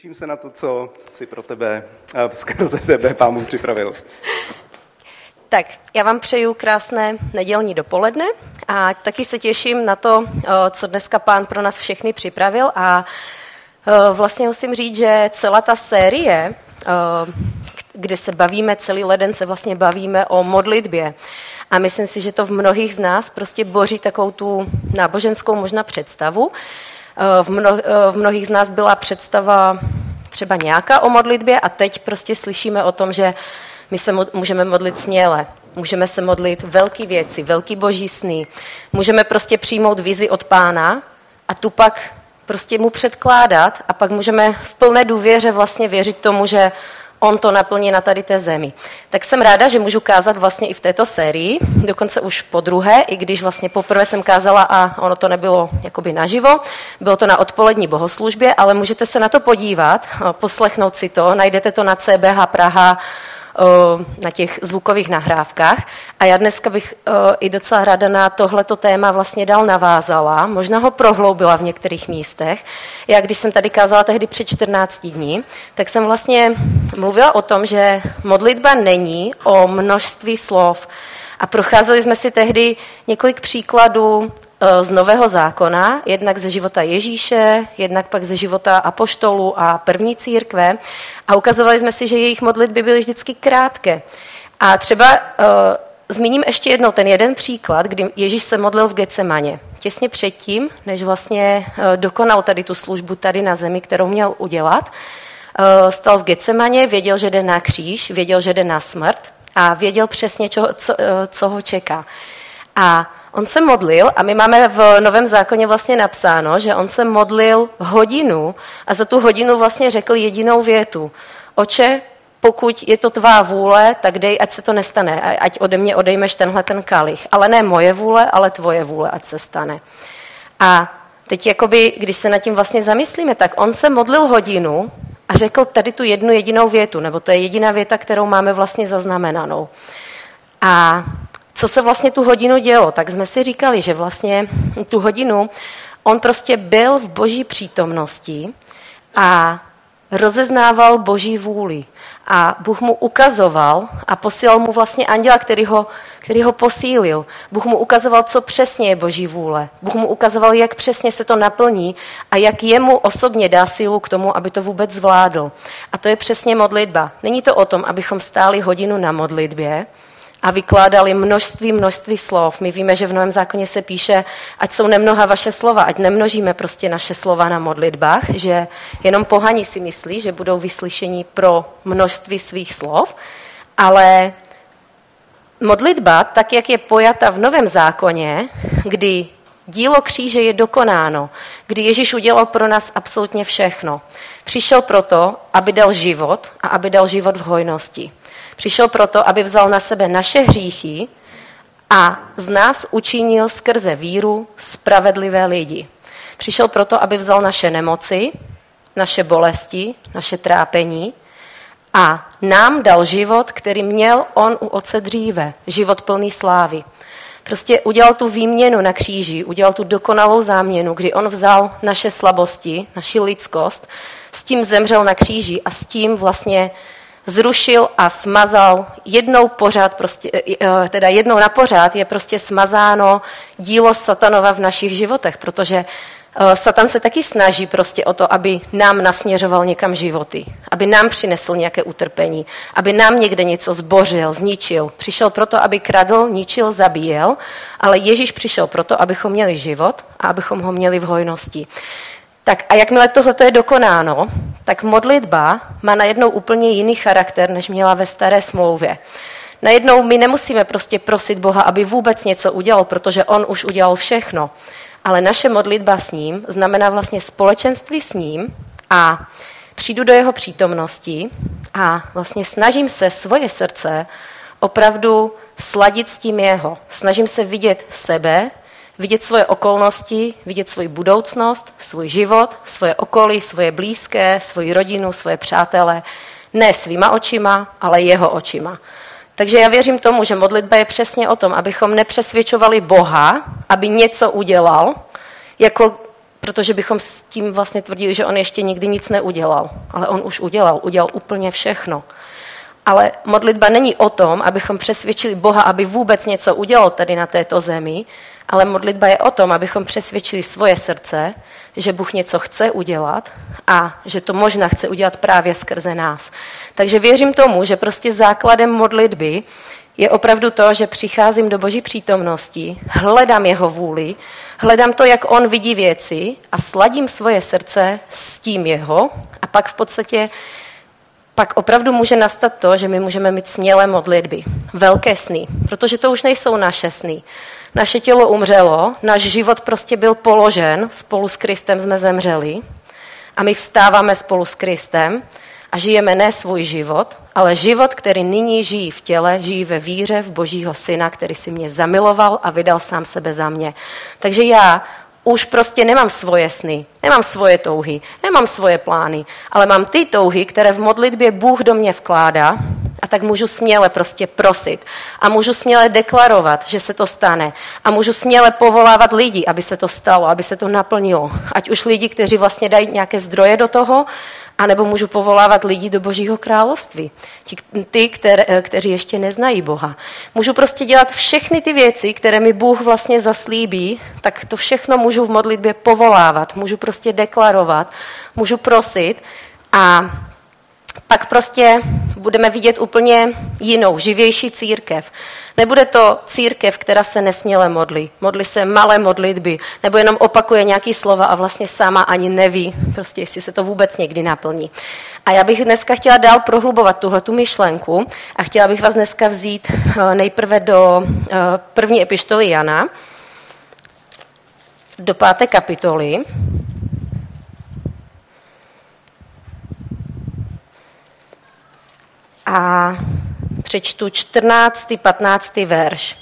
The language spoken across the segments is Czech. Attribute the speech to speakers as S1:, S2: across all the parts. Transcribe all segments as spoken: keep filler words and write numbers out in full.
S1: Těším se na to, co si pro tebe, skrze tebe Pán Bůh připravil.
S2: Tak, já vám přeju krásné nedělní dopoledne a taky se těším na to, co dneska Pán pro nás všechny připravil a vlastně musím říct, že celá ta série, kde se bavíme, celý leden se vlastně bavíme o modlitbě a myslím si, že to v mnohých z nás prostě boří takovou tu náboženskou možná představu. V, mno, v mnohých z nás byla představa třeba nějaká o modlitbě a teď prostě slyšíme o tom, že my se můžeme modlit směle, můžeme se modlit velké věci, velký boží sny, můžeme prostě přijmout vizi od Pána a tu pak prostě mu předkládat a pak můžeme v plné důvěře vlastně věřit tomu, že on to naplní na tady té zemi. Tak jsem ráda, že můžu kázat vlastně i v této sérii, dokonce už po druhé, i když vlastně poprvé jsem kázala a ono to nebylo jakoby naživo, bylo to na odpolední bohoslužbě, ale můžete se na to podívat, poslechnout si to, najdete to na C B H Praha, na těch zvukových nahrávkách. A já dneska bych i docela ráda na tohleto téma vlastně dál navázala, možná ho prohloubila v některých místech. Já když jsem tady kázala tehdy před čtrnácti dní, tak jsem vlastně mluvila o tom, že modlitba není o množství slov. A procházeli jsme si tehdy několik příkladů z Nového zákona, jednak ze života Ježíše, jednak pak ze života apoštolů a první církve a ukazovali jsme si, že jejich modlitby byly vždycky krátké. A třeba uh, zmíním ještě jednou ten jeden příklad, kdy Ježíš se modlil v Getsemaně. Těsně předtím, než vlastně uh, dokonal tady tu službu tady na zemi, kterou měl udělat, uh, stal v Getsemaně, věděl, že jde na kříž, věděl, že jde na smrt a věděl přesně, čo, co, uh, co ho čeká. A on se modlil a my máme v Novém zákoně vlastně napsáno, že on se modlil hodinu a za tu hodinu vlastně řekl jedinou větu. Oče, pokud je to tvá vůle, tak dej, ať se to nestane, ať ode mě odejmeš tenhle ten kalich. Ale ne moje vůle, ale tvoje vůle, ať se stane. A teď jakoby, když se nad tím vlastně zamyslíme, tak on se modlil hodinu a řekl tady tu jednu jedinou větu, nebo to je jediná věta, kterou máme vlastně zaznamenanou. A co se vlastně tu hodinu dělo? Tak jsme si říkali, že vlastně tu hodinu on prostě byl v boží přítomnosti a rozeznával boží vůli. A Bůh mu ukazoval a posílal mu vlastně anděla, který ho, který ho posílil. Bůh mu ukazoval, co přesně je boží vůle. Bůh mu ukazoval, jak přesně se to naplní a jak jemu osobně dá sílu k tomu, aby to vůbec zvládl. A to je přesně modlitba. Není to o tom, abychom stáli hodinu na modlitbě, a vykládali množství, množství slov. My víme, že v Novém zákoně se píše, ať jsou nemnoha vaše slova, ať nemnožíme prostě naše slova na modlitbách, že jenom pohaní si myslí, že budou vyslyšení pro množství svých slov, ale modlitba, tak jak je pojata v Novém zákoně, kdy dílo kříže je dokonáno, kdy Ježíš udělal pro nás absolutně všechno. Přišel proto, aby dal život a aby dal život v hojnosti. Přišel proto, aby vzal na sebe naše hříchy a z nás učinil skrze víru spravedlivé lidi. Přišel proto, aby vzal naše nemoci, naše bolesti, naše trápení a nám dal život, který měl on u Otce dříve, život plný slávy. Prostě udělal tu výměnu na kříži, udělal tu dokonalou záměnu, kdy on vzal naše slabosti, naši lidskost, s tím zemřel na kříži a s tím vlastně zrušil a smazal jednou pořád, prostě, teda jednou na pořád je prostě smazáno dílo satanova v našich životech, protože Satan se taky snaží prostě o to, aby nám nasměřoval někam životy, aby nám přinesl nějaké utrpení, aby nám někde něco zbořil, zničil. Přišel proto, aby kradl, ničil, zabíjel, ale Ježíš přišel proto, abychom měli život a abychom ho měli v hojnosti. Tak a jakmile tohle je dokonáno, tak modlitba má najednou úplně jiný charakter, než měla ve staré smlouvě. Najednou my nemusíme prostě prosit Boha, aby vůbec něco udělal, protože on už udělal všechno. Ale naše modlitba s ním znamená vlastně společenství s ním a přijdu do jeho přítomnosti a vlastně snažím se svoje srdce opravdu sladit s tím jeho. Snažím se vidět sebe, vidět svoje okolnosti, vidět svoji budoucnost, svůj život, svoje okolí, svoje blízké, svoji rodinu, svoje přátele, ne svýma očima, ale jeho očima. Takže já věřím tomu, že modlitba je přesně o tom, abychom nepřesvědčovali Boha, aby něco udělal, jako protože bychom s tím vlastně tvrdili, že on ještě nikdy nic neudělal. Ale on už udělal, udělal úplně všechno. Ale modlitba není o tom, abychom přesvědčili Boha, aby vůbec něco udělal tady na této zemi, ale modlitba je o tom, abychom přesvědčili svoje srdce, že Bůh něco chce udělat a že to možná chce udělat právě skrze nás. Takže věřím tomu, že prostě základem modlitby je opravdu to, že přicházím do Boží přítomnosti, hledám jeho vůli, hledám to, jak on vidí věci a sladím svoje srdce s tím jeho a pak v podstatě pak opravdu může nastat to, že my můžeme mít smělé modlitby, velké sny, protože to už nejsou naše sny. Naše tělo umřelo, náš život prostě byl položen, spolu s Kristem jsme zemřeli a my vstáváme spolu s Kristem a žijeme ne svůj život, ale život, který nyní žijí v těle, žijí ve víře v Božího Syna, který si mě zamiloval a vydal sám sebe za mě. Takže já už prostě nemám svoje sny, nemám svoje touhy, nemám svoje plány, ale mám ty touhy, které v modlitbě Bůh do mě vkládá a tak můžu směle prostě prosit a můžu směle deklarovat, že se to stane a můžu směle povolávat lidi, aby se to stalo, aby se to naplnilo. Ať už lidi, kteří vlastně dají nějaké zdroje do toho, anebo můžu povolávat lidi do Božího království. Ti, ty, které, kteří ještě neznají Boha. Můžu prostě dělat všechny ty věci, které mi Bůh vlastně zaslíbí, tak to všechno můžu v modlitbě povolávat, můžu prostě deklarovat, můžu prosit a pak prostě budeme vidět úplně jinou, živější církev. Nebude to církev, která se nesměle modlí. Modlí se malé modlitby, nebo jenom opakuje nějaký slova a vlastně sama ani neví, prostě jestli se to vůbec někdy naplní. A já bych dneska chtěla dál prohlubovat tuhletu myšlenku a chtěla bych vás dneska vzít nejprve do první epištoly Jana, do páté kapitoly. A přečtu čtrnáctý patnáctý verš.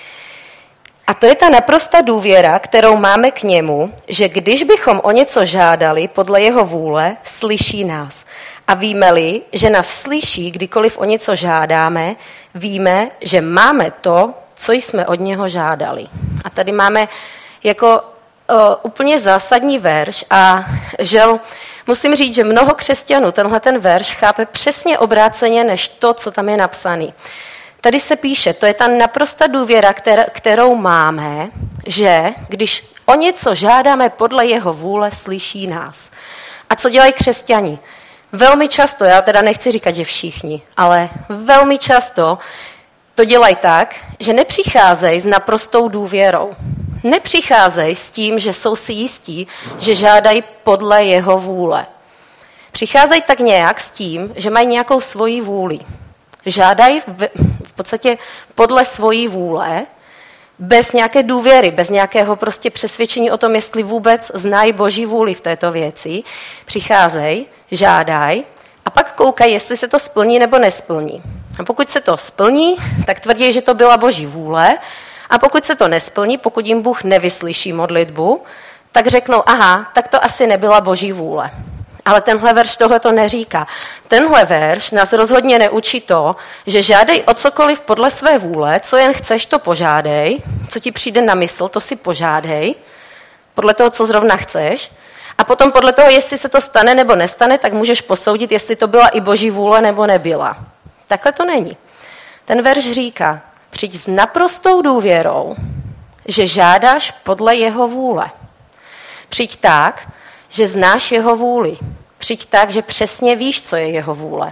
S2: A to je ta naprostá důvěra, kterou máme k němu, že když bychom o něco žádali podle jeho vůle, slyší nás. A víme-li, že nás slyší, kdykoliv o něco žádáme, víme, že máme to, co jsme od něho žádali. A tady máme jako uh, úplně zásadní verš a žel, musím říct, že mnoho křesťanů tenhle ten verš chápe přesně obráceně než to, co tam je napsaný. Tady se píše, to je ta naprostá důvěra, kterou máme, že když o něco žádáme podle jeho vůle, slyší nás. A co dělají křesťani? Velmi často, já teda nechci říkat, že všichni, ale velmi často to dělají tak, že nepřicházejí s naprostou důvěrou. Nepřicházejí s tím, že jsou si jistí, že žádají podle jeho vůle. Přicházejí tak nějak s tím, že mají nějakou svoji vůli. Žádají v, v podstatě podle svojí vůle, bez nějaké důvěry, bez nějakého prostě přesvědčení o tom, jestli vůbec znají Boží vůli v této věci. Přicházejí, žádají a pak koukají, jestli se to splní nebo nesplní. A pokud se to splní, tak tvrdí, že to byla Boží vůle. A pokud se to nesplní, pokud jim Bůh nevyslyší modlitbu, tak řeknou, aha, tak to asi nebyla Boží vůle. Ale tenhle verš tohle to neříká. Tenhle verš nás rozhodně neučí to, že žádej o cokoliv podle své vůle, co jen chceš, to požádej, co ti přijde na mysl, to si požádej, podle toho, co zrovna chceš. A potom podle toho, jestli se to stane nebo nestane, tak můžeš posoudit, jestli to byla i Boží vůle nebo nebyla. Takhle to není. Ten verš říká, přijď s naprostou důvěrou, že žádáš podle jeho vůle. Přijď tak, že znáš jeho vůli. Přijď tak, že přesně víš, co je jeho vůle.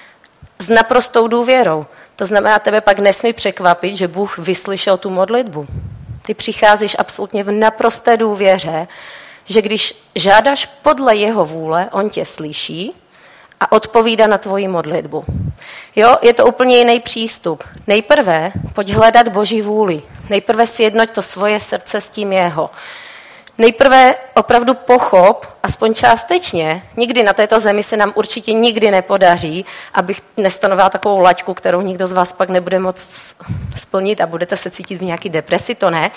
S2: S naprostou důvěrou. To znamená, tebe pak nesmí překvapit, že Bůh vyslyšel tu modlitbu. Ty přicházíš absolutně v naprosté důvěře, že když žádáš podle jeho vůle, on tě slyší a odpovídá na tvoji modlitbu. Jo, je to úplně jiný přístup. Nejprve pojď hledat Boží vůli. Nejprve sjednoť to svoje srdce s tím jeho. Nejprve opravdu pochop, aspoň částečně, nikdy na této zemi se nám určitě nikdy nepodaří, abych nestanovala takovou laťku, kterou nikdo z vás pak nebude moct splnit a budete se cítit v nějaký depresi, to ne.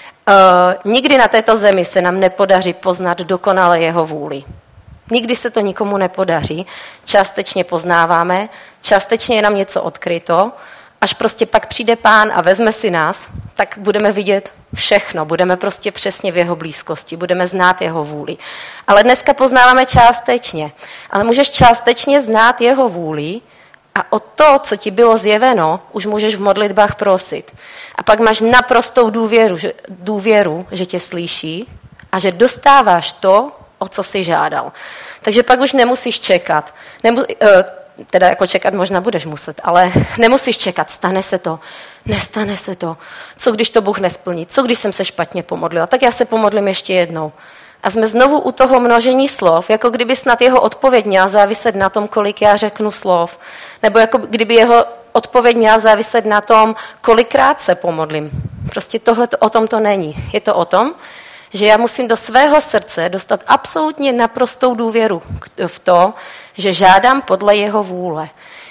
S2: Uh, nikdy na této zemi se nám nepodaří poznat dokonale jeho vůli. Nikdy se to nikomu nepodaří. Částečně poznáváme, částečně je nám něco odkryto až prostě pak přijde Pán a vezme si nás, tak budeme vidět všechno, budeme prostě přesně v jeho blízkosti, budeme znát jeho vůli. Ale dneska poznáváme částečně, ale můžeš částečně znát jeho vůli a o to, co ti bylo zjeveno, už můžeš v modlitbách prosit. A pak máš naprostou důvěru, že, důvěru, že tě slyší a že dostáváš to, o co jsi žádal. Takže pak už nemusíš čekat. Nemu, teda jako čekat možná budeš muset, ale nemusíš čekat, stane se to, nestane se to. Co když to Bůh nesplní? Co když jsem se špatně pomodlila? Tak já se pomodlím ještě jednou. A jsme znovu u toho množení slov, jako kdyby snad jeho odpověď měla záviset na tom, kolik já řeknu slov. Nebo jako kdyby jeho odpověď měla záviset na tom, kolikrát se pomodlím. Prostě tohle o tom to není. Je to o tom, že já musím do svého srdce dostat absolutně naprostou důvěru v to, že žádám podle jeho vůle.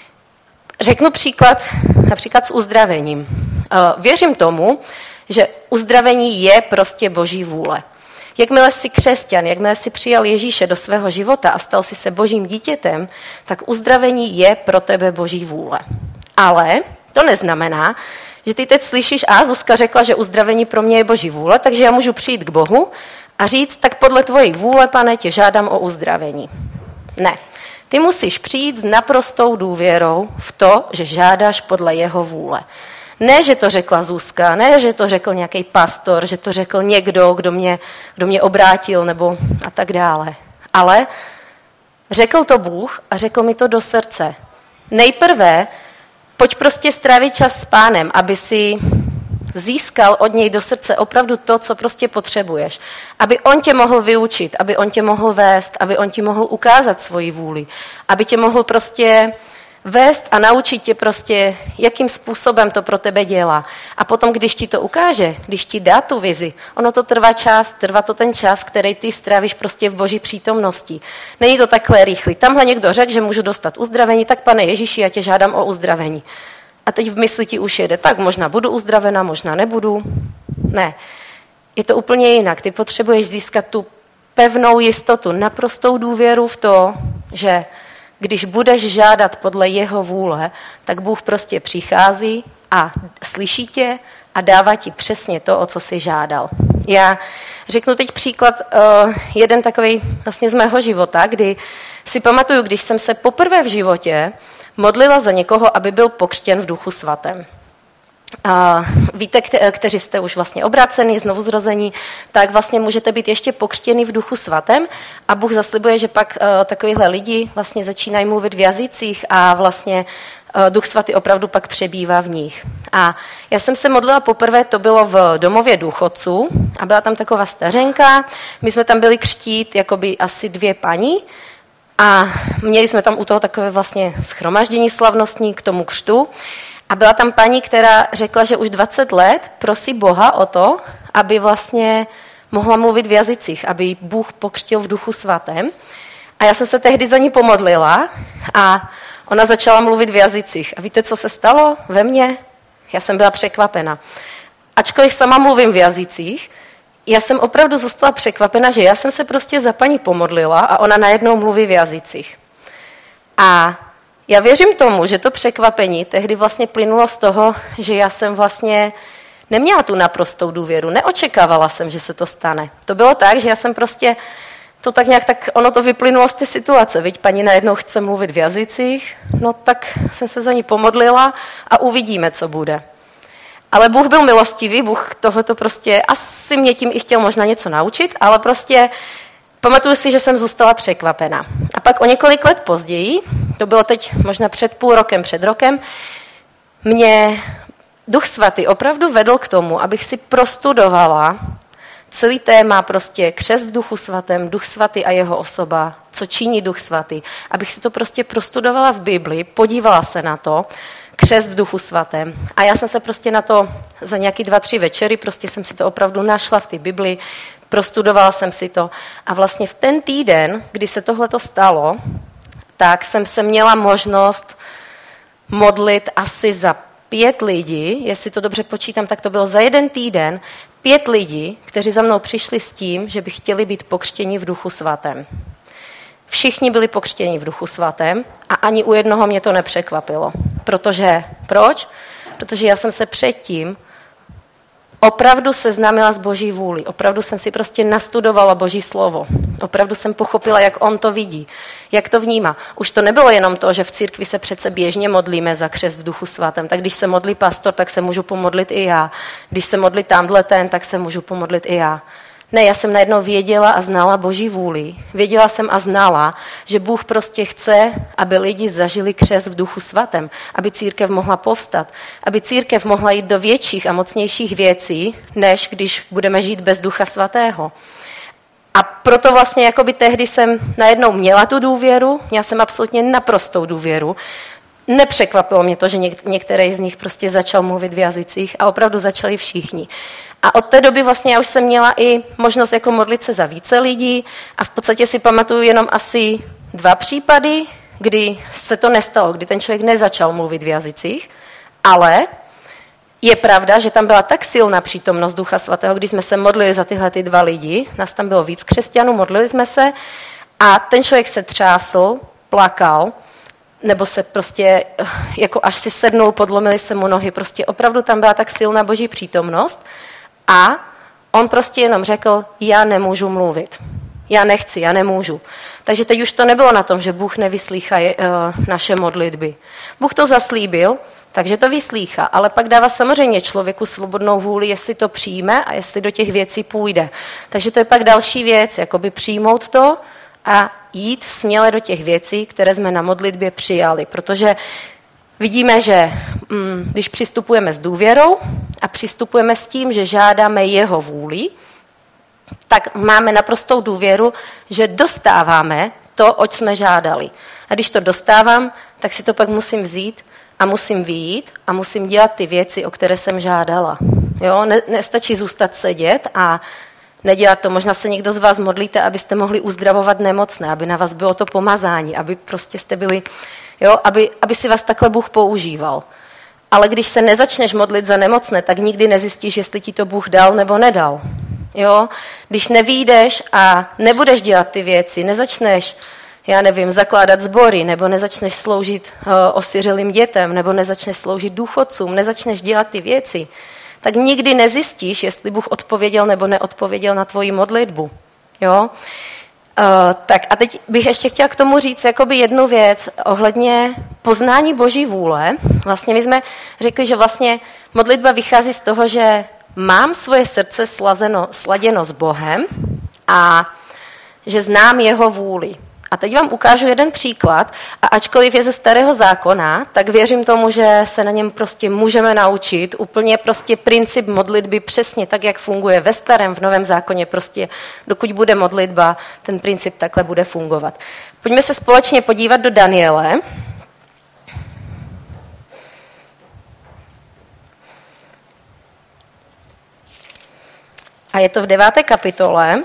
S2: Řeknu příklad, například s uzdravením. Věřím tomu, že uzdravení je prostě Boží vůle. Jakmile jsi křesťan, jakmile jsi přijal Ježíše do svého života a stal jsi se Božím dítětem, tak uzdravení je pro tebe Boží vůle. Ale to neznamená, že ty teď slyšíš, a Zuzka řekla, že uzdravení pro mě je Boží vůle, takže já můžu přijít k Bohu a říct, tak podle tvojí vůle, Pane, tě žádám o uzdravení. Ne. Ty musíš přijít s naprostou důvěrou v to, že žádáš podle jeho vůle. Ne, že to řekla Zuzka, ne, že to řekl nějaký pastor, že to řekl někdo, kdo mě, kdo mě obrátil, nebo a tak dále. Ale řekl to Bůh a řekl mi to do srdce. Nejprve pojď prostě strávit čas s Pánem, aby si získal od něj do srdce opravdu to, co prostě potřebuješ. Aby on tě mohl vyučit, aby on tě mohl vést, aby on ti mohl ukázat svoji vůli, aby tě mohl prostě vést a naučit tě prostě, jakým způsobem to pro tebe dělá. A potom, když ti to ukáže, když ti dá tu vizi, ono to trvá čas, trvá to ten čas, který ty strávíš prostě v Boží přítomnosti. Není to takhle rychlý. Tamhle někdo řekl, že můžu dostat uzdravení, tak Pane Ježíši, já tě žádám o uzdravení. A teď v mysli ti už jede, tak možná budu uzdravena, možná nebudu. Ne, je to úplně jinak. Ty potřebuješ získat tu pevnou jistotu, naprostou důvěru v to, že když budeš žádat podle jeho vůle, tak Bůh prostě přichází a slyší tě a dává ti přesně to, o co jsi žádal. Já řeknu teď příklad, uh, jeden takový vlastně z mého života, kdy si pamatuju, když jsem se poprvé v životě modlila za někoho, aby byl pokřtěn v Duchu svatém. A víte, kte- kteří jste už vlastně obrácený, znovu zrození, tak vlastně můžete být ještě pokřtěný v Duchu svatém a Bůh zaslibuje, že pak uh, takovýhle lidi vlastně začínají mluvit v jazycích a vlastně uh, Duch svatý opravdu pak přebývá v nich. A já jsem se modlila poprvé, to bylo v domově důchodců a byla tam taková stařenka, my jsme tam byli křtít jakoby asi dvě paní a měli jsme tam u toho takové vlastně shromaždění slavnostní k tomu křtu. A byla tam paní, která řekla, že už dvacet let prosí Boha o to, aby vlastně mohla mluvit v jazycích, aby Bůh pokřtil v Duchu svatém. A já jsem se tehdy za ní pomodlila a ona začala mluvit v jazycích. A víte, co se stalo ve mně? Já jsem byla překvapena. Ačkoliv sama mluvím v jazycích, já jsem opravdu zůstala překvapena, že já jsem se prostě za paní pomodlila a ona najednou mluví v jazycích. A já věřím tomu, že to překvapení tehdy vlastně plynulo z toho, že já jsem vlastně neměla tu naprostou důvěru, neočekávala jsem, že se to stane. To bylo tak, že já jsem prostě, to tak nějak, tak ono to vyplynulo z té situace, viď, paní najednou chce mluvit v jazycích, no tak jsem se za ní pomodlila a uvidíme, co bude. Ale Bůh byl milostivý, Bůh tohleto prostě, asi mě tím i chtěl možná něco naučit, ale prostě pamatuju si, že jsem zůstala překvapena. A pak o několik let později, to bylo teď možná před půl rokem, před rokem, mě Duch svatý opravdu vedl k tomu, abych si prostudovala celý téma prostě křest v Duchu svatém, Duch svatý a jeho osoba, co činí Duch svatý, abych si to prostě prostudovala v Bibli, podívala se na to, křest v Duchu svatém. A já jsem se prostě na to za nějaký dva, tři večery, prostě jsem si to opravdu našla v té Bibli, prostudovala jsem si to a vlastně v ten týden, kdy se tohleto stalo, tak jsem se měla možnost modlit asi za pět lidí, jestli to dobře počítám, tak to bylo za jeden týden, pět lidí, kteří za mnou přišli s tím, že by chtěli být pokřtěni v Duchu svatém. Všichni byli pokřtěni v Duchu svatém a ani u jednoho mě to nepřekvapilo. Protože, proč? Protože já jsem se předtím opravdu seznámila s Boží vůli. Opravdu jsem si prostě nastudovala Boží slovo. Opravdu jsem pochopila, jak on to vidí, jak to vnímá. Už to nebylo jenom to, že v církvi se přece běžně modlíme za křest v Duchu svatém. Tak když se modlí pastor, tak se můžu pomodlit i já. Když se modlí tamhle ten, tak se můžu pomodlit i já. Ne, já jsem najednou věděla a znala Boží vůli. Věděla jsem a znala, že Bůh prostě chce, aby lidi zažili křest v Duchu svatém, aby církev mohla povstat, aby církev mohla jít do větších a mocnějších věcí, než když budeme žít bez Ducha svatého. A proto vlastně jakoby tehdy jsem najednou měla tu důvěru, měla jsem absolutně naprostou důvěru. Nepřekvapilo mě to, že něk- některý z nich prostě začal mluvit v jazycích a opravdu začali všichni. A od té doby vlastně já už jsem měla i možnost jako modlit se za více lidí a v podstatě si pamatuju jenom asi dva případy, kdy se to nestalo, kdy ten člověk nezačal mluvit v jazycích, ale je pravda, že tam byla tak silná přítomnost Ducha svatého, když jsme se modlili za tyhle ty dva lidi, nás tam bylo víc křesťanů, modlili jsme se a ten člověk se třásl, plakal, nebo se prostě jako až si sednul, podlomili se mu nohy, prostě opravdu tam byla tak silná Boží přítomnost a on prostě jenom řekl, já nemůžu mluvit, já nechci, já nemůžu. Takže teď už to nebylo na tom, že Bůh nevyslýchá uh, naše modlitby. Bůh to zaslíbil, takže to vyslýchá, ale pak dává samozřejmě člověku svobodnou vůli, jestli to přijme a jestli do těch věcí půjde. Takže to je pak další věc, jakoby přijmout to a jít směle do těch věcí, které jsme na modlitbě přijali, protože vidíme, že mm, když přistupujeme s důvěrou a přistupujeme s tím, že žádáme jeho vůli, tak máme naprostou důvěru, že dostáváme to, oč jsme žádali. A když to dostávám, tak si to pak musím vzít a musím vyjít a musím dělat ty věci, o které jsem žádala. Jo? Ne, nestačí zůstat sedět a nedělat to. Možná se někdo z vás modlíte, abyste mohli uzdravovat nemocné, aby na vás bylo to pomazání, aby prostě jste byli, jo, aby, aby si vás takhle Bůh používal. Ale když se nezačneš modlit za nemocné, tak nikdy nezjistíš, jestli ti to Bůh dal nebo nedal. Jo? Když nevyjdeš a nebudeš dělat ty věci, nezačneš, já nevím, zakládat sbory, nebo nezačneš sloužit uh, osiřelým dětem, nebo nezačneš sloužit důchodcům, nezačneš dělat ty věci, tak nikdy nezjistíš, jestli Bůh odpověděl nebo neodpověděl na tvoji modlitbu. Jo? Uh, tak a teď bych ještě chtěla k tomu říct jakoby jednu věc ohledně poznání Boží vůle. Vlastně my jsme řekli, že vlastně modlitba vychází z toho, že mám svoje srdce slazeno, sladěno s Bohem a že znám jeho vůli. A teď vám ukážu jeden příklad a ačkoliv je ze Starého zákona, tak věřím tomu, že se na něm prostě můžeme naučit úplně prostě princip modlitby přesně tak, jak funguje ve Starém, v Novém zákoně prostě, dokud bude modlitba, ten princip takhle bude fungovat. Pojďme se společně podívat do Daniele. A je to v deváté kapitole.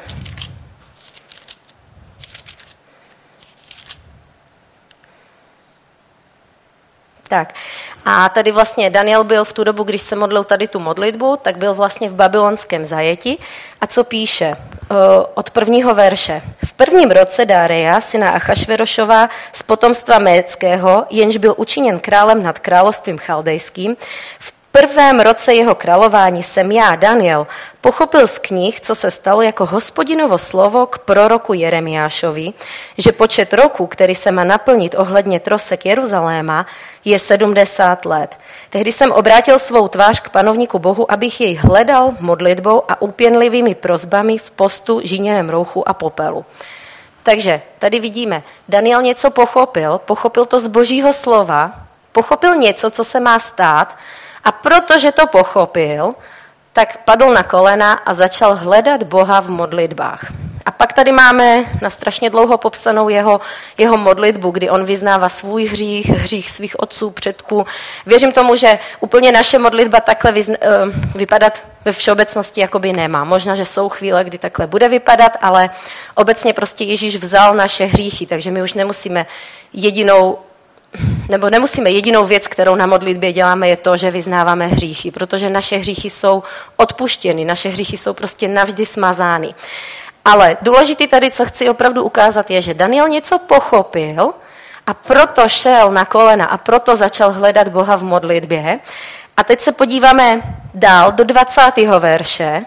S2: Tak. A tady vlastně Daniel byl v tu dobu, když se modlil tady tu modlitbu, tak byl vlastně v babylonském zajetí. A co píše? Od prvního verše. V prvním roce Dáreja, syna Achašverošova, z potomstva Médského, jenž byl učiněn králem nad královstvím chaldejským, v prvém roce jeho králování jsem já, Daniel, pochopil z knih, co se stalo jako Hospodinovo slovo k proroku Jeremiášovi, že počet roku, který se má naplnit ohledně trosek Jeruzaléma, je sedmdesát let. Tehdy jsem obrátil svou tvář k panovníku Bohu, abych jej hledal modlitbou a úpěnlivými prosbami v postu, žíněném rouchu a popelu. Takže tady vidíme, Daniel něco pochopil, pochopil to z Božího slova, pochopil něco, co se má stát, a protože to pochopil, tak padl na kolena a začal hledat Boha v modlitbách. A pak tady máme na strašně dlouho popsanou jeho, jeho modlitbu, kdy on vyznává svůj hřích, hřích svých otců, předků. Věřím tomu, že úplně naše modlitba takhle vyzna, vypadat ve všeobecnosti jakoby nemá. Možná, že jsou chvíle, kdy takhle bude vypadat, ale obecně prostě Ježíš vzal naše hříchy, takže my už nemusíme jedinou nebo nemusíme jedinou věc, kterou na modlitbě děláme, je to, že vyznáváme hříchy, protože naše hříchy jsou odpuštěny, naše hříchy jsou prostě navždy smazány. Ale důležitý tady, co chci opravdu ukázat, je, že Daniel něco pochopil a proto šel na kolena a proto začal hledat Boha v modlitbě. A teď se podíváme dál do dvacátého verše.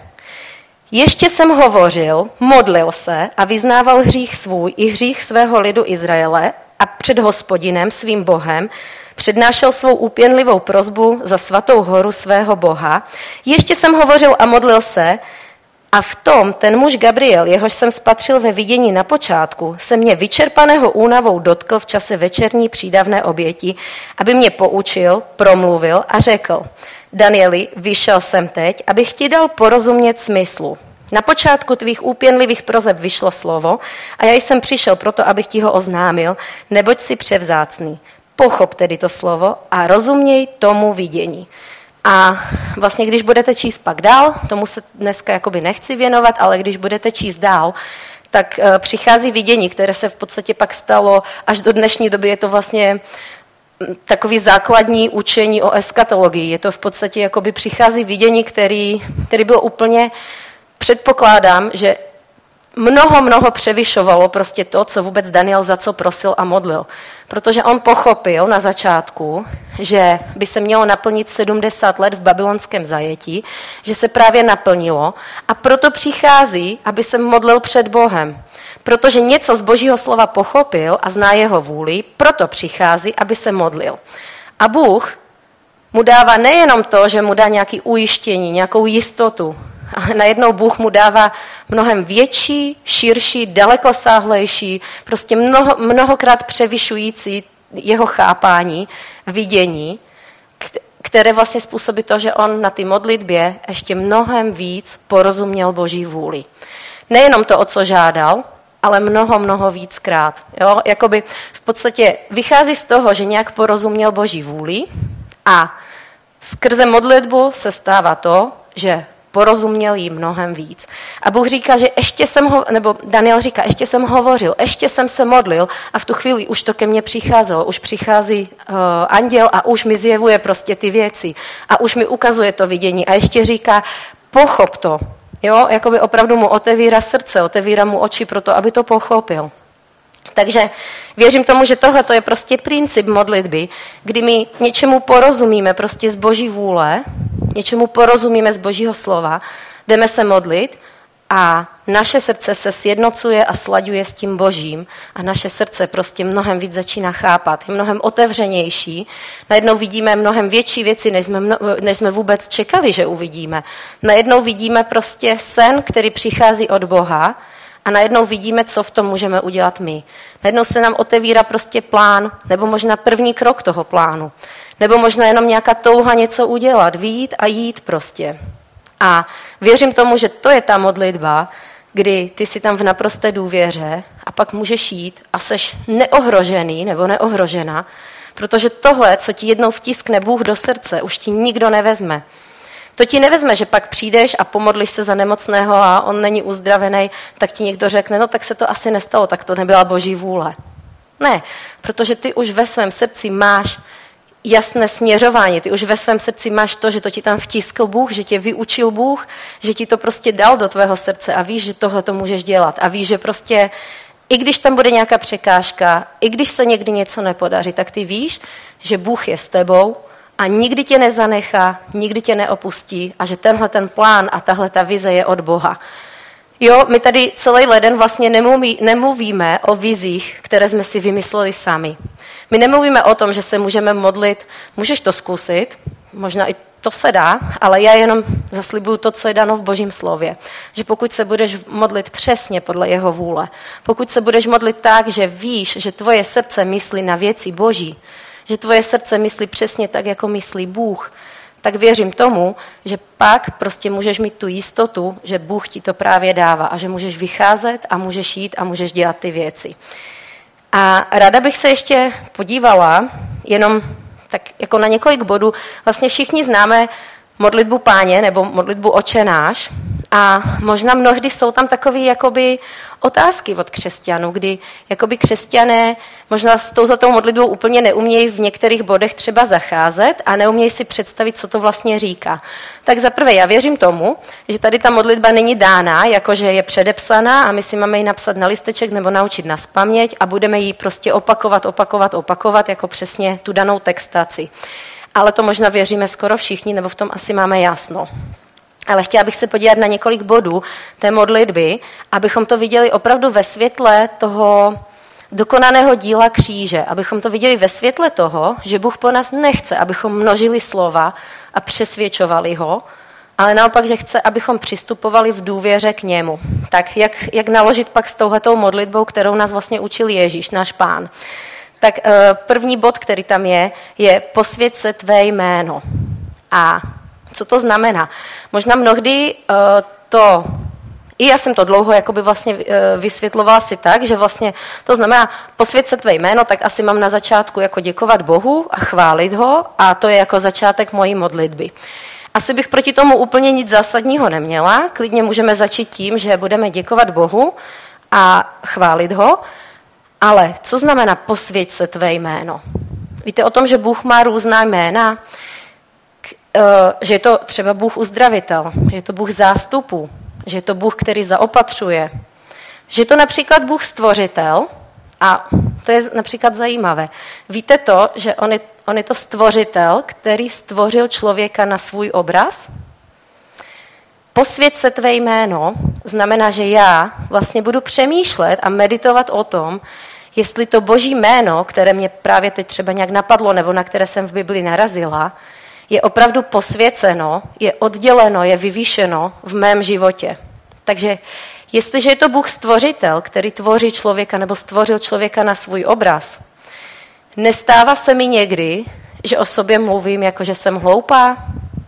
S2: Ještě jsem hovořil, modlil se a vyznával hřích svůj i hřích svého lidu Izraele a před Hospodinem, svým Bohem, přednášel svou úpěnlivou prosbu za svatou horu svého Boha. Ještě jsem hovořil a modlil se a v tom ten muž Gabriel, jehož jsem spatřil ve vidění na počátku, se mě vyčerpaného únavou dotkl v čase večerní přídavné oběti, aby mě poučil, promluvil a řekl: Danieli, vyšel jsem teď, abych ti dal porozumět smyslu. Na počátku tvých úpěnlivých prozeb vyšlo slovo a já jsem přišel proto, abych ti ho oznámil, neboť si převzácný. Pochop tedy to slovo a rozuměj tomu vidění. A vlastně, když budete číst pak dál, tomu se dneska jakoby nechci věnovat, ale když budete číst dál, tak přichází vidění, které se v podstatě pak stalo až do dnešní doby. Je to vlastně takový základní učení o eskatologii. Je to v podstatě, jakoby přichází vidění, který, který bylo úplně, předpokládám, že mnoho, mnoho převyšovalo prostě to, co vůbec Daniel za co prosil a modlil. Protože on pochopil na začátku, že by se mělo naplnit sedmdesát let v babylonském zajetí, že se právě naplnilo a proto přichází, aby se modlil před Bohem. Protože něco z Božího slova pochopil a zná jeho vůli, proto přichází, aby se modlil. A Bůh mu dává nejenom to, že mu dá nějaké ujištění, nějakou jistotu, ale najednou Bůh mu dává mnohem větší, širší, dalekosáhlejší, prostě mnoho, mnohokrát převyšující jeho chápání, vidění, které vlastně způsobí to, že on na té modlitbě ještě mnohem víc porozuměl Boží vůli. Nejenom to, o co žádal, ale mnoho, mnoho víckrát. Jo? Jakoby v podstatě vychází z toho, že nějak porozuměl Boží vůli a skrze modlitbu se stává to, že porozuměl jí mnohem víc. A Bůh říká, že ještě jsem ho, nebo Daniel říká, ještě jsem hovořil, ještě jsem se modlil a v tu chvíli už to ke mně přicházelo, už přichází uh, anděl a už mi zjevuje prostě ty věci a už mi ukazuje to vidění a ještě říká, pochop to, jo, jakoby opravdu mu otevírá srdce, otevírá mu oči pro to, aby to pochopil. Takže věřím tomu, že tohle je prostě princip modlitby, kdy my něčemu porozumíme prostě z Boží vůle, něčemu porozumíme z Božího slova, jdeme se modlit a naše srdce se sjednocuje a slaďuje s tím Božím a naše srdce prostě mnohem víc začíná chápat, je mnohem otevřenější, najednou vidíme mnohem větší věci, než jsme, než jsme vůbec čekali, že uvidíme. Najednou vidíme prostě sen, který přichází od Boha, a najednou vidíme, co v tom můžeme udělat my. Najednou se nám otevírá prostě plán, nebo možná první krok toho plánu. Nebo možná jenom nějaká touha něco udělat, vyjít a jít prostě. A věřím tomu, že to je ta modlitba, kdy ty si tam v naprosté důvěře a pak můžeš jít a seš neohrožený nebo neohrožena, protože tohle, co ti jednou vtiskne Bůh do srdce, už ti nikdo nevezme. To ti nevezme, že pak přijdeš a pomodlíš se za nemocného a on není uzdravený, tak ti někdo řekne, no tak se to asi nestalo, tak to nebyla Boží vůle. Ne, protože ty už ve svém srdci máš jasné směřování, ty už ve svém srdci máš to, že to ti tam vtiskl Bůh, že tě vyučil Bůh, že ti to prostě dal do tvého srdce a víš, že tohle to můžeš dělat a víš, že prostě i když tam bude nějaká překážka, i když se někdy něco nepodaří, tak ty víš, že Bůh je s tebou a nikdy tě nezanechá, nikdy tě neopustí a že tenhle ten plán a tahle ta vize je od Boha. Jo, my tady celý leden vlastně nemluví, nemluvíme o vizích, které jsme si vymysleli sami. My nemluvíme o tom, že se můžeme modlit, můžeš to zkusit, možná i to se dá, ale já jenom zaslibuju to, co je dáno v Božím slově. Že pokud se budeš modlit přesně podle jeho vůle, pokud se budeš modlit tak, že víš, že tvoje srdce myslí na věci Boží, že tvoje srdce myslí přesně tak, jako myslí Bůh, tak věřím tomu, že pak prostě můžeš mít tu jistotu, že Bůh ti to právě dává a že můžeš vycházet a můžeš jít a můžeš dělat ty věci. A ráda bych se ještě podívala jenom tak jako na několik bodů. Vlastně všichni známe modlitbu Páně nebo modlitbu Otče náš a možná mnohdy jsou tam takové jakoby otázky od křesťanů, kdy jakoby křesťané možná s touhletou modlitbou úplně neumějí v některých bodech třeba zacházet a neumějí si představit, co to vlastně říká. Tak zaprvé já věřím tomu, že tady ta modlitba není dána, jakože je předepsaná a my si máme ji napsat na listeček nebo naučit nazpaměť a budeme ji prostě opakovat, opakovat, opakovat jako přesně tu danou textaci. ale to možná věříme skoro všichni, nebo v tom asi máme jasno. Ale chtěla bych se podívat na několik bodů té modlitby, abychom to viděli opravdu ve světle toho dokonaného díla kříže, abychom to viděli ve světle toho, že Bůh po nás nechce, abychom množili slova a přesvědčovali ho, ale naopak, že chce, abychom přistupovali v důvěře k němu. Tak jak, jak naložit pak s touhletou modlitbou, kterou nás vlastně učil Ježíš, náš Pán. Tak první bod, který tam je, je posvěť se tvé jméno. A co to znamená? Možná mnohdy to, i já jsem to dlouho jakoby vlastně vysvětlovala si tak, že vlastně to znamená posvěť se tvé jméno, tak asi mám na začátku jako děkovat Bohu a chválit ho a to je jako začátek mojí modlitby. Asi bych proti tomu úplně nic zásadního neměla, klidně můžeme začít tím, že budeme děkovat Bohu a chválit ho, ale co znamená posvěť se tvé jméno? Víte o tom, že Bůh má různá jména, že je to třeba Bůh uzdravitel, že je to Bůh zástupů, že je to Bůh, který zaopatřuje, že je to například Bůh stvořitel a to je například zajímavé. Víte to, že on je, on je to stvořitel, který stvořil člověka na svůj obraz? Posvěť se tvé jméno znamená, že já vlastně budu přemýšlet a meditovat o tom, jestli to Boží jméno, které mě právě teď třeba nějak napadlo nebo na které jsem v Biblii narazila, je opravdu posvěceno, je odděleno, je vyvýšeno v mém životě. Takže jestliže je to Bůh stvořitel, který tvoří člověka nebo stvořil člověka na svůj obraz, nestává se mi někdy, že o sobě mluvím jako, že jsem hloupá,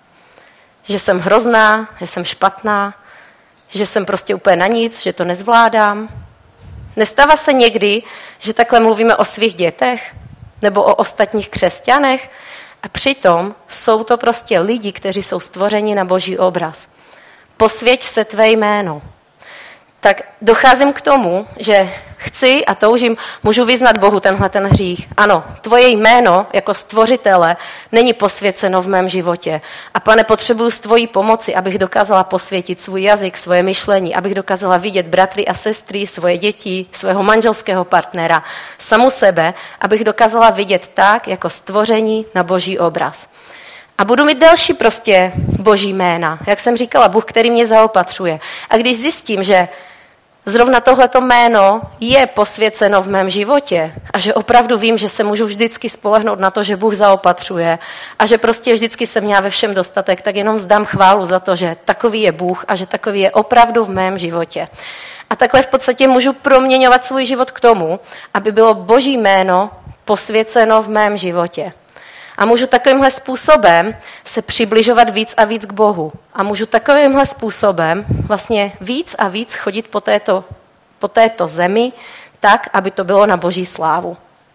S2: že jsem hrozná, že jsem špatná, že jsem prostě úplně na nic, že to nezvládám. Nestává se někdy, že takhle mluvíme o svých dětech nebo o ostatních křesťanech a přitom jsou to prostě lidi, kteří jsou stvořeni na Boží obraz. Posvěť se tvé jméno. Tak docházím k tomu, že chci a toužím, můžu vyznat Bohu tenhle ten hřích. Ano, tvoje jméno jako stvořitele není posvěceno v mém životě. A Pane, potřebuju s tvojí pomoci, abych dokázala posvětit svůj jazyk, svoje myšlení, abych dokázala vidět bratry a sestry, svoje děti, svého manželského partnera, samu sebe, abych dokázala vidět tak, jako stvoření na Boží obraz. A budu mít další prostě Boží jména. Jak jsem říkala, Bůh, který mě zaopatřuje. A když zjistím, že zrovna tohleto jméno je posvěceno v mém životě a že opravdu vím, že se můžu vždycky spolehnout na to, že Bůh zaopatřuje a že prostě vždycky jsem měla ve všem dostatek, tak jenom vzdám chválu za to, že takový je Bůh a že takový je opravdu v mém životě. A takhle v podstatě můžu proměňovat svůj život k tomu, aby bylo Boží jméno posvěceno v mém životě. A můžu takovýmhle způsobem se přibližovat víc a víc k Bohu. A můžu takovýmhle způsobem vlastně víc a víc chodit po této, po této zemi tak, aby to bylo na Boží slávu.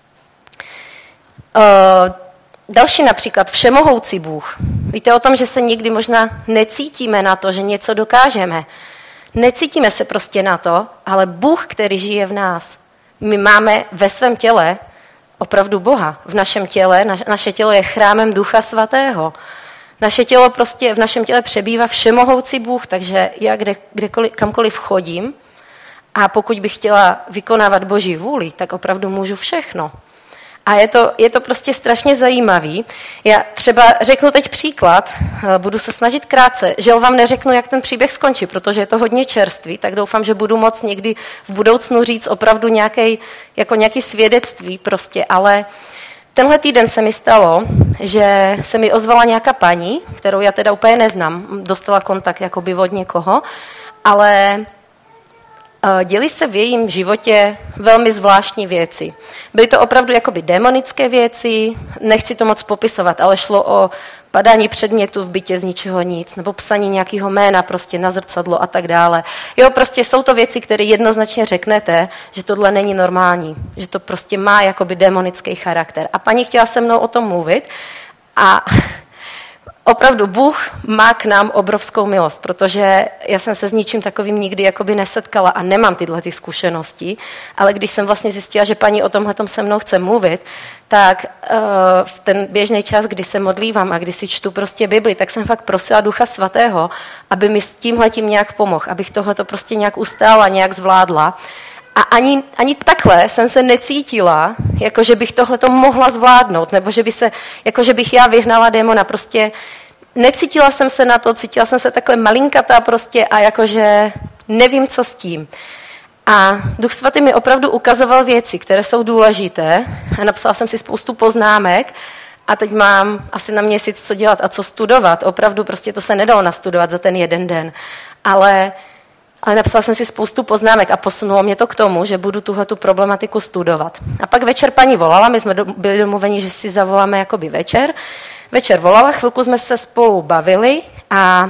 S2: Uh, další například všemohoucí Bůh. Víte o tom, že se nikdy možná necítíme na to, že něco dokážeme. Necítíme se prostě na to, ale Bůh, který žije v nás. My máme ve svém těle opravdu Boha. V našem těle, naš, naše tělo je chrámem Ducha Svatého. Naše tělo prostě, v našem těle přebývá všemohoucí Bůh, takže já kde, kdekoliv, kamkoliv chodím a pokud bych chtěla vykonávat Boží vůli, tak opravdu můžu všechno. A je to, je to prostě strašně zajímavý. Já třeba řeknu teď příklad, budu se snažit krátce, že vám neřeknu, jak ten příběh skončí, protože je to hodně čerstvý, tak doufám, že budu moct někdy v budoucnu říct opravdu nějaký, jako nějaký svědectví prostě, ale tenhle týden se mi stalo, že se mi ozvala nějaká paní, kterou já teda úplně neznám, dostala kontakt jakoby od někoho, ale děli se v jejím životě velmi zvláštní věci. Byly to opravdu jakoby démonické věci, nechci to moc popisovat, ale šlo o padání předmětu v bytě z ničeho nic, nebo psaní nějakého jména prostě na zrcadlo a tak dále. Jo, prostě jsou to věci, které jednoznačně řeknete, že tohle není normální, že to prostě má jakoby démonický charakter. A paní chtěla se mnou o tom mluvit a opravdu Bůh má k nám obrovskou milost, protože já jsem se s ničím takovým nikdy jakoby nesetkala a nemám tyhle ty zkušenosti, ale když jsem vlastně zjistila, že paní o tomhletom se mnou chce mluvit, tak uh, v ten běžný čas, kdy se modlívám a kdy si čtu prostě Bibli, tak jsem fakt prosila Ducha Svatého, aby mi s tímhletím nějak pomohl, abych tohleto prostě nějak ustála, nějak zvládla. A ani, ani takhle jsem se necítila, jako že bych tohleto mohla zvládnout, nebo že, by se, jako že bych já vyhnala démona. Prostě necítila jsem se na to, cítila jsem se takhle malinkatá prostě a jakože nevím, co s tím. A Duch Svatý mi opravdu ukazoval věci, které jsou důležité. A napsala jsem si spoustu poznámek a teď mám asi na měsíc co dělat a co studovat. Opravdu prostě to se nedalo nastudovat za ten jeden den. Ale, ale napsala jsem si spoustu poznámek a posunulo mě to k tomu, že budu tuhletu problematiku studovat. A pak večer paní volala, my jsme byli domluveni, že si zavoláme jakoby večer. Večer volala, chvilku jsme se spolu bavili a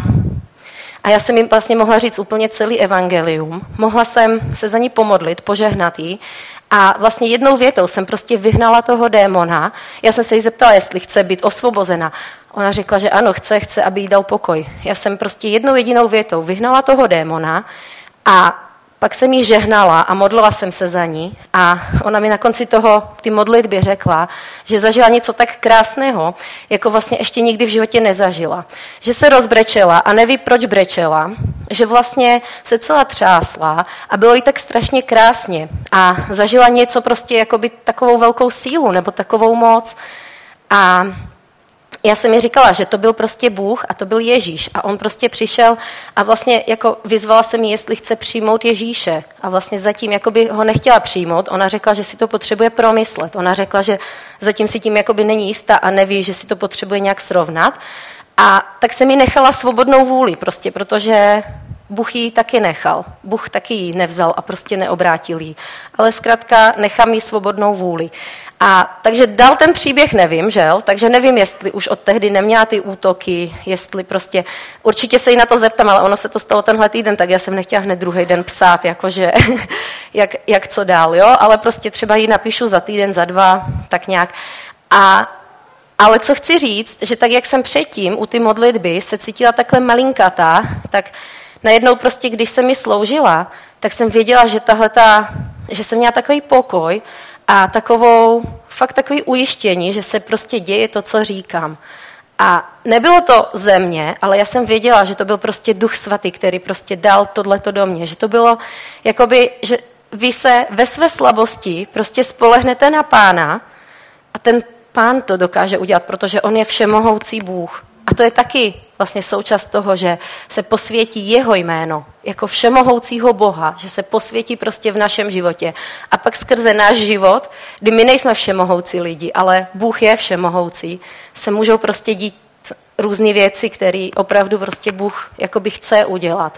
S2: A já jsem jim vlastně mohla říct úplně celý evangelium. Mohla jsem se za ní pomodlit, požehnat jí a vlastně jednou větou jsem prostě vyhnala toho démona. Já jsem se jí zeptala, jestli chce být osvobozena. Ona řekla, že ano, chce, chce, aby jí dal pokoj. Já jsem prostě jednou jedinou větou vyhnala toho démona a pak jsem jí žehnala a modlila jsem se za ní a ona mi na konci toho, ty modlitby řekla, že zažila něco tak krásného, jako vlastně ještě nikdy v životě nezažila. Že se rozbrečela a neví, proč brečela, že vlastně se celá třásla a bylo jí tak strašně krásně a zažila něco prostě jakoby takovou velkou sílu nebo takovou moc. A já jsem mi říkala, že to byl prostě Bůh a to byl Ježíš a on prostě přišel a vlastně jako vyzvala jsem ji, jestli chce přijmout Ježíše a vlastně zatím jakoby ho nechtěla přijmout, ona řekla, že si to potřebuje promyslet, ona řekla, že zatím si tím jakoby není jistá a neví, že si to potřebuje nějak srovnat a tak jsem mi nechala svobodnou vůli prostě, protože Bůh ji taky nechal, Bůh taky ji nevzal a prostě neobrátil ji, ale zkrátka nechám jí svobodnou vůli. A takže dál ten příběh nevím, žel, takže nevím, jestli už od tehdy neměla ty útoky, jestli prostě, určitě se jí na to zeptám, ale ono se to stalo tenhle týden, tak já jsem nechtěla hned druhý den psát, jakože jak, jak co dál, jo, ale prostě třeba jí napíšu za týden, za dva, tak nějak. A ale co chci říct, že tak, jak jsem předtím u ty modlitby se cítila takhle malinkatá, tak najednou prostě, když jsem mi sloužila, tak jsem věděla, že tahleta, že jsem měla takový pokoj a takovou, fakt takový ujištění, že se prostě děje to, co říkám. A nebylo to ze mě, ale já jsem věděla, že to byl prostě Duch Svatý, který prostě dal tohleto do mě. Že to bylo, jakoby, že vy se ve své slabosti prostě spolehnete na Pána a ten Pán to dokáže udělat, protože on je všemohoucí Bůh. A to je taky vlastně součást toho, že se posvětí jeho jméno jako všemohoucího Boha, že se posvětí prostě v našem životě. A pak skrze náš život, kdy my nejsme všemohoucí lidi, ale Bůh je všemohoucí, se můžou prostě dít různé věci, které opravdu prostě Bůh jakoby chce udělat.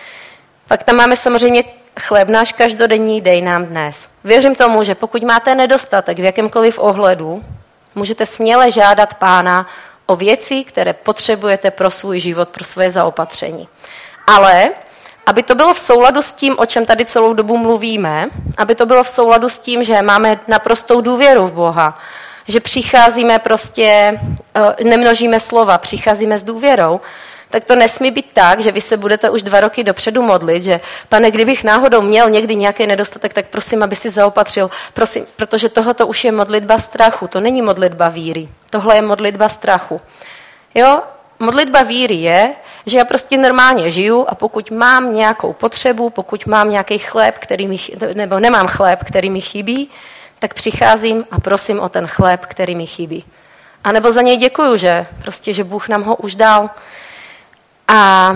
S2: Pak tam máme samozřejmě chléb náš každodenní, dej nám dnes. Věřím tomu, že pokud máte nedostatek v jakémkoliv ohledu, můžete směle žádat Pána o věci, které potřebujete pro svůj život, pro svoje zaopatření. Ale aby to bylo v souladu s tím, o čem tady celou dobu mluvíme, aby to bylo v souladu s tím, že máme naprostou důvěru v Boha, že přicházíme prostě, nemnožíme slova, přicházíme s důvěrou, tak to nesmí být tak, že vy se budete už dva roky dopředu modlit, že pane, kdybych náhodou měl někdy nějaký nedostatek, tak prosím, aby si zaopatřil, prosím, protože tohoto už je modlitba strachu, to není modlitba víry, tohle je modlitba strachu. Jo, modlitba víry je, že já prostě normálně žiju a pokud mám nějakou potřebu, pokud mám nějaký chléb, který mi, nebo nemám chléb, který mi chybí, tak přicházím a prosím o ten chléb, který mi chybí. A nebo za něj děkuju, že prostě, že Bůh nám ho už dal. A,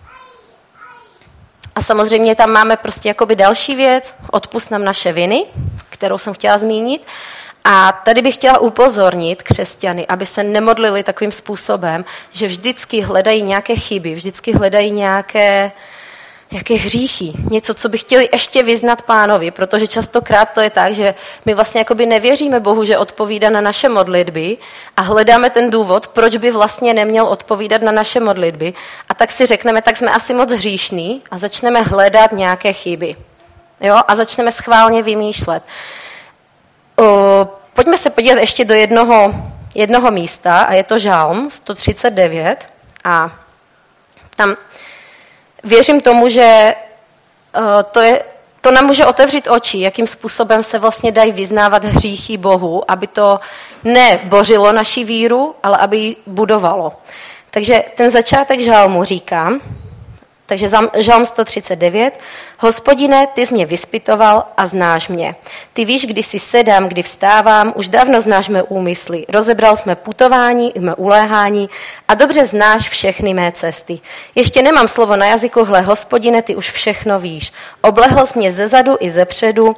S2: a samozřejmě tam máme prostě jakoby další věc, odpusť nám naše viny, kterou jsem chtěla zmínit. A tady bych chtěla upozornit křesťany, aby se nemodlili takovým způsobem, že vždycky hledají nějaké chyby, vždycky hledají nějaké, nějaké hříchy, něco, co by chtěli ještě vyznat Pánovi, protože častokrát to je tak, že my vlastně jakoby nevěříme Bohu, že odpovídá na naše modlitby a hledáme ten důvod, proč by vlastně neměl odpovídat na naše modlitby a tak si řekneme, tak jsme asi moc hříšní a začneme hledat nějaké chyby. Jo? A začneme schválně vymýšlet. O, pojďme se podívat ještě do jednoho, jednoho místa a je to Žalm sto třicet devět a tam věřím tomu, že uh, to, je, to nám může otevřít oči, jakým způsobem se vlastně dají vyznávat hříchy Bohu, aby to nebořilo naši víru, ale aby ji budovalo. Takže ten začátek žalmu říká, Takže žalm sto třicet devět. Hospodine, ty jsi mě vyspytoval a znáš mě. Ty víš, kdy si sedám, kdy vstávám, už dávno znáš mé úmysly. Rozebral jsme putování i mé uléhání a dobře znáš všechny mé cesty. Ještě nemám slovo na jazyku, hle, Hospodine, ty už všechno víš. Oblehl jsi mě zezadu i zepředu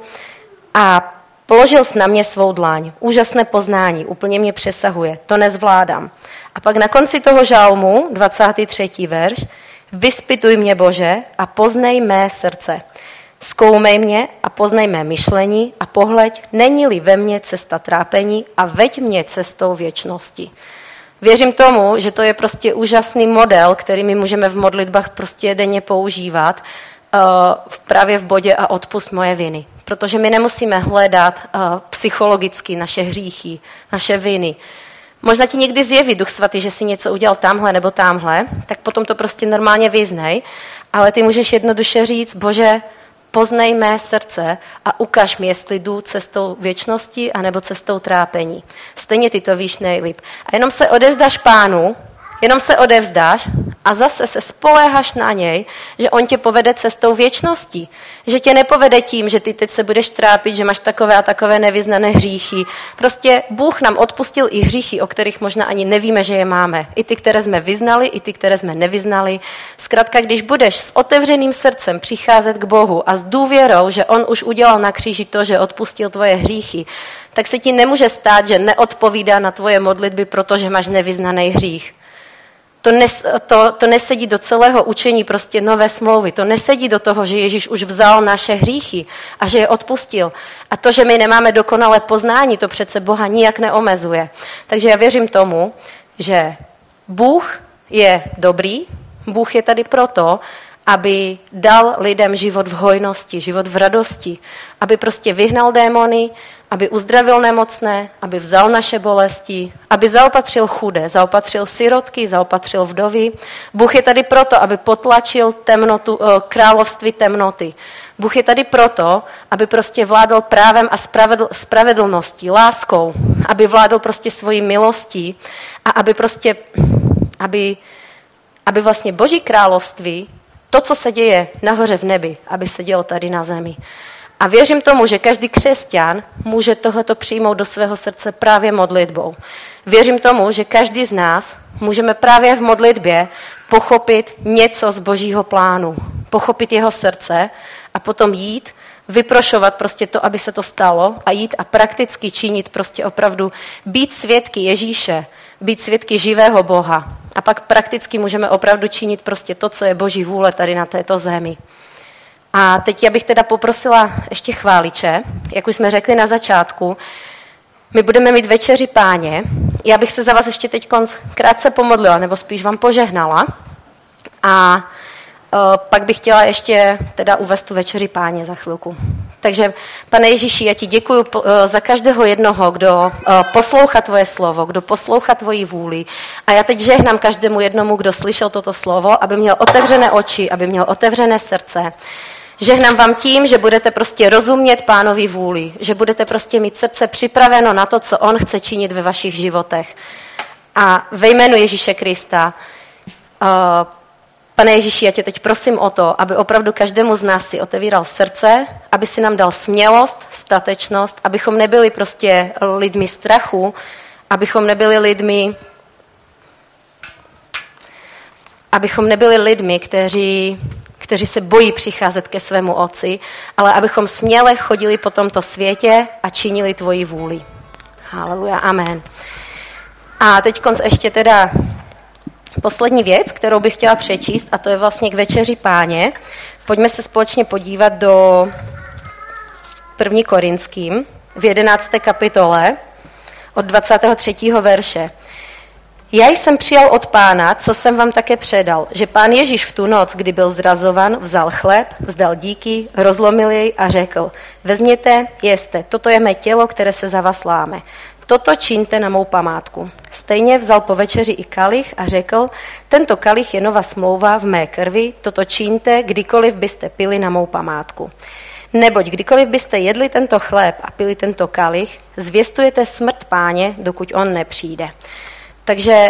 S2: a položil jsi na mě svou dlaň. Úžasné poznání, úplně mě přesahuje, to nezvládám. A pak na konci toho žalmu, dvacátý třetí verš, vyspytuj mě, Bože, a poznej mé srdce. Zkoumej mě a poznej mé myšlení a pohleď, není-li ve mně cesta trápení a veď mě cestou věčnosti. Věřím tomu, že to je prostě úžasný model, který my můžeme v modlitbách prostě denně používat uh, právě v bodě a odpust moje viny. Protože my nemusíme hledat uh, psychologicky naše hříchy, naše viny. Možná ti někdy zjeví Duch Svatý, že si něco udělal tamhle nebo tamhle, tak potom to prostě normálně vyznej, ale ty můžeš jednoduše říct, Bože, poznej mé srdce a ukaž mi, jestli jdu cestou věčnosti anebo cestou trápení. Stejně ty to víš nejlíp. A jenom se odevzdáš Pánu, jenom se odevzdáš a zase se spoléháš na něj, že on tě povede cestou věčnosti. Že tě nepovede tím, že ty teď se budeš trápit, že máš takové a takové nevyznané hříchy. Prostě Bůh nám odpustil i hříchy, o kterých možná ani nevíme, že je máme. I ty, které jsme vyznali, i ty, které jsme nevyznali. Zkrátka, když budeš s otevřeným srdcem přicházet k Bohu a s důvěrou, že on už udělal na kříži to, že odpustil tvoje hříchy, tak se ti nemůže stát, že neodpovídá na tvoje modlitby, protože máš nevyznaný hřích. To, nes, to, to nesedí do celého učení prostě nové smlouvy. To nesedí do toho, že Ježíš už vzal naše hříchy a že je odpustil. A to, že my nemáme dokonalé poznání, to přece Boha nijak neomezuje. Takže já věřím tomu, že Bůh je dobrý, Bůh je tady proto, aby dal lidem život v hojnosti, život v radosti, aby prostě vyhnal démony, aby uzdravil nemocné, aby vzal naše bolesti, aby zaopatřil chudé, zaopatřil sirotky, zaopatřil vdovy. Bůh je tady proto, aby potlačil temnotu, království temnoty. Bůh je tady proto, aby prostě vládl právem a spravedl, spravedlností, láskou, aby vládl prostě svojí milostí a aby prostě, aby, aby vlastně Boží království, to, co se děje nahoře v nebi, aby se dělo tady na zemi. A věřím tomu, že každý křesťan může tohleto přijmout do svého srdce právě modlitbou. Věřím tomu, že každý z nás můžeme právě v modlitbě pochopit něco z Božího plánu, pochopit jeho srdce a potom jít, vyprošovat prostě to, aby se to stalo a jít a prakticky činit prostě opravdu, být svědky Ježíše, být svědky živého Boha. A pak prakticky můžeme opravdu činit prostě to, co je Boží vůle tady na této zemi. A teď já bych teda poprosila ještě chváliče, jak už jsme řekli na začátku, my budeme mít večeři Páně. Já bych se za vás ještě teď krátce pomodlila, nebo spíš vám požehnala. A uh, pak bych chtěla ještě teda uvést tu večeři Páně za chvilku. Takže, Pane Ježíši, já ti děkuju uh, za každého jednoho, kdo uh, poslouchá tvoje slovo, kdo poslouchá tvoji vůli. A já teď žehnám každému jednomu, kdo slyšel toto slovo, aby měl otevřené oči, aby měl otevřené srdce. Žehnám vám tím, že budete prostě rozumět Pánovi vůli, že budete prostě mít srdce připraveno na to, co on chce činit ve vašich životech. A ve jménu Ježíše Krista, uh, Pane Ježíši, já tě teď prosím o to, aby opravdu každému z nás si otevíral srdce, aby si nám dal smělost, statečnost, abychom nebyli prostě lidmi strachu, abychom nebyli lidmi, abychom nebyli lidmi, kteří kteří se bojí přicházet ke svému Otci, ale abychom směle chodili po tomto světě a činili tvoji vůli. Haleluja, amen. A teď konc ještě teda poslední věc, kterou bych chtěla přečíst, a to je vlastně k večeři Páně. Pojďme se společně podívat do první Korinským v jedenácté kapitole od dvacátého třetího verše. Já jsem přijal od Pána, co jsem vám také předal, že Pán Ježíš v tu noc, kdy byl zrazovan, vzal chléb, vzdal díky, rozlomil jej a řekl, vezměte, jeste, toto je mé tělo, které se za vás láme. Toto čiňte na mou památku. Stejně vzal po večeři i kalich a řekl, tento kalich je nová smlouva v mé krvi, toto čiňte, kdykoliv byste pili na mou památku. Neboť kdykoliv byste jedli tento chléb a pili tento kalich, zvěstujete smrt Páně, dokud on nepřijde. Takže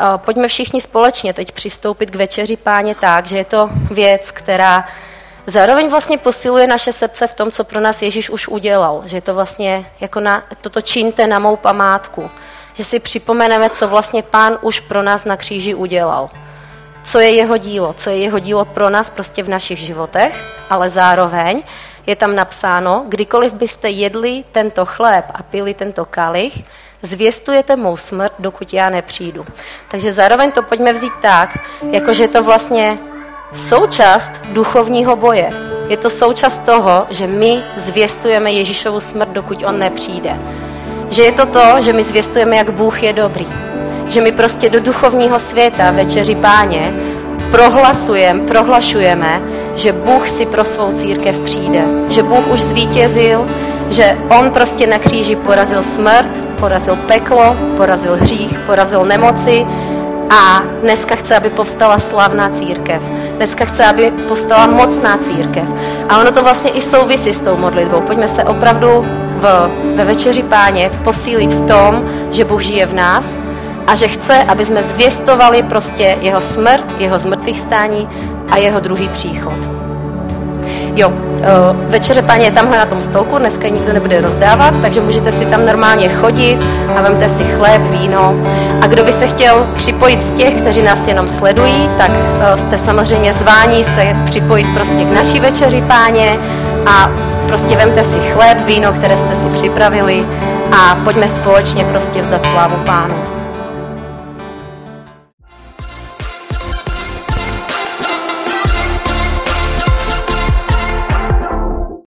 S2: pojďme všichni společně teď přistoupit k večeři Páně tak, že je to věc, která zároveň vlastně posiluje naše srdce v tom, co pro nás Ježíš už udělal. Že je to vlastně jako na, toto čiňte na mou památku. Že si připomeneme, co vlastně Pán už pro nás na kříži udělal. Co je jeho dílo, co je jeho dílo pro nás prostě v našich životech, ale zároveň je tam napsáno, kdykoliv byste jedli tento chléb a pili tento kalich, zvěstujete mou smrt, dokud já nepřijdu. Takže zároveň to pojďme vzít tak, jakože je to vlastně součást duchovního boje. Je to součást toho, že my zvěstujeme Ježíšovu smrt, dokud on nepřijde. Že je to to, že my zvěstujeme, jak Bůh je dobrý. Že my prostě do duchovního světa večeři Páně prohlasujeme, prohlašujeme, že Bůh si pro svou církev přijde. Že Bůh už zvítězil, že on prostě na kříži porazil smrt, porazil peklo, porazil hřích, porazil nemoci a dneska chce, aby povstala slavná církev. Dneska chce, aby povstala mocná církev. A ono to vlastně i souvisí s tou modlitbou. Pojďme se opravdu v, ve večeři Páně posílit v tom, že Bůh žije v nás a že chce, aby jsme zvěstovali prostě jeho smrt, jeho zmrtvých stání a jeho druhý příchod. Jo, večeře Páně je tamhle na tom stolku, dneska ji nikdo nebude rozdávat, takže můžete si tam normálně chodit a vemte si chléb, víno. A kdo by se chtěl připojit z těch, kteří nás jenom sledují, tak jste samozřejmě zváni se připojit prostě k naší večeři Páně a prostě vemte si chléb, víno, které jste si připravili a pojďme společně prostě vzdat slávu Pánu.